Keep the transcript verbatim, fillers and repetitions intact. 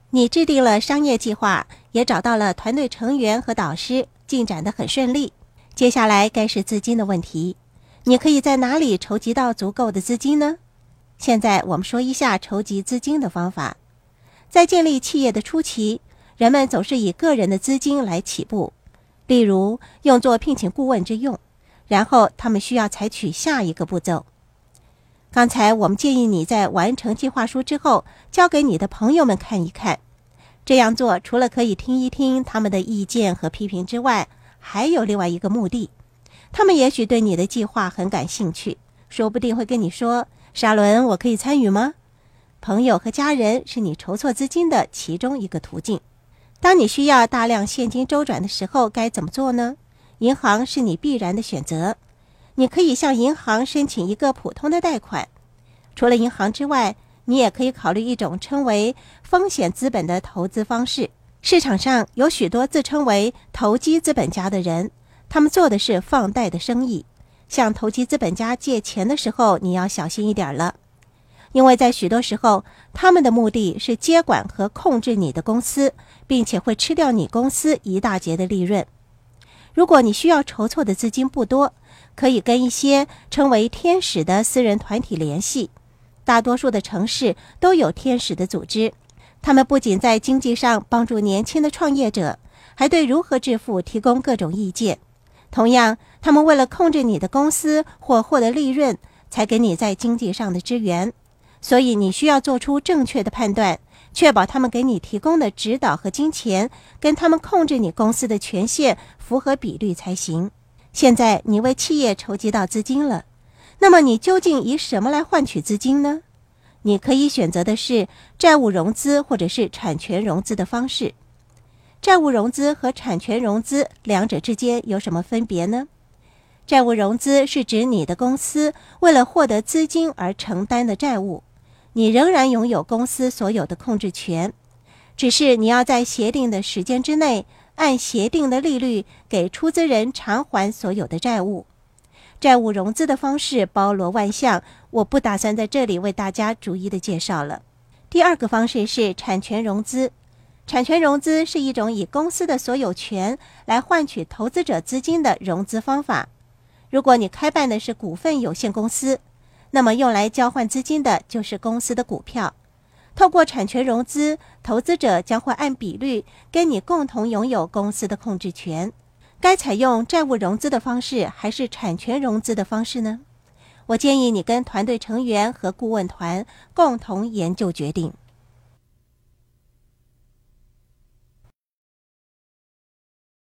你制定了商业计划，也找到了团队成员和导师，进展得很顺利。接下来该是资金的问题，你可以在哪里筹集到足够的资金呢？现在我们说一下筹集资金的方法。在建立企业的初期，人们总是以个人的资金来起步，例如用作聘请顾问之用，然后他们需要采取下一个步骤。刚才我们建议你在完成计划书之后，交给你的朋友们看一看。这样做除了可以听一听他们的意见和批评之外，还有另外一个目的。他们也许对你的计划很感兴趣，说不定会跟你说，沙伦，我可以参与吗？朋友和家人是你筹措资金的其中一个途径。当你需要大量现金周转的时候，该怎么做呢？银行是你必然的选择。你可以向银行申请一个普通的贷款。除了银行之外，你也可以考虑一种称为风险资本的投资方式。市场上有许多自称为投机资本家的人，他们做的是放贷的生意。向投机资本家借钱的时候，你要小心一点了，因为在许多时候，他们的目的是接管和控制你的公司，并且会吃掉你公司一大截的利润。如果你需要筹措的资金不多，可以跟一些称为天使的私人团体联系。大多数的城市都有天使的组织，他们不仅在经济上帮助年轻的创业者，还对如何致富提供各种意见。同样，他们为了控制你的公司或获得利润，才给你在经济上的支援。所以你需要做出正确的判断，确保他们给你提供的指导和金钱跟他们控制你公司的权限符合比率才行。现在你为企业筹集到资金了，那么你究竟以什么来换取资金呢？你可以选择的是债务融资或者是产权融资的方式。债务融资和产权融资两者之间有什么分别呢？债务融资是指你的公司为了获得资金而承担的债务，你仍然拥有公司所有的控制权，只是你要在协定的时间之内，按协定的利率给出资人偿还所有的债务。债务融资的方式包罗万象，我不打算在这里为大家逐一的介绍了。第二个方式是产权融资。产权融资是一种以公司的所有权来换取投资者资金的融资方法。如果你开办的是股份有限公司，那么用来交换资金的就是公司的股票。透过产权融资，投资者将会按比率跟你共同拥有公司的控制权。该采用债务融资的方式还是产权融资的方式呢？我建议你跟团队成员和顾问团共同研究决定。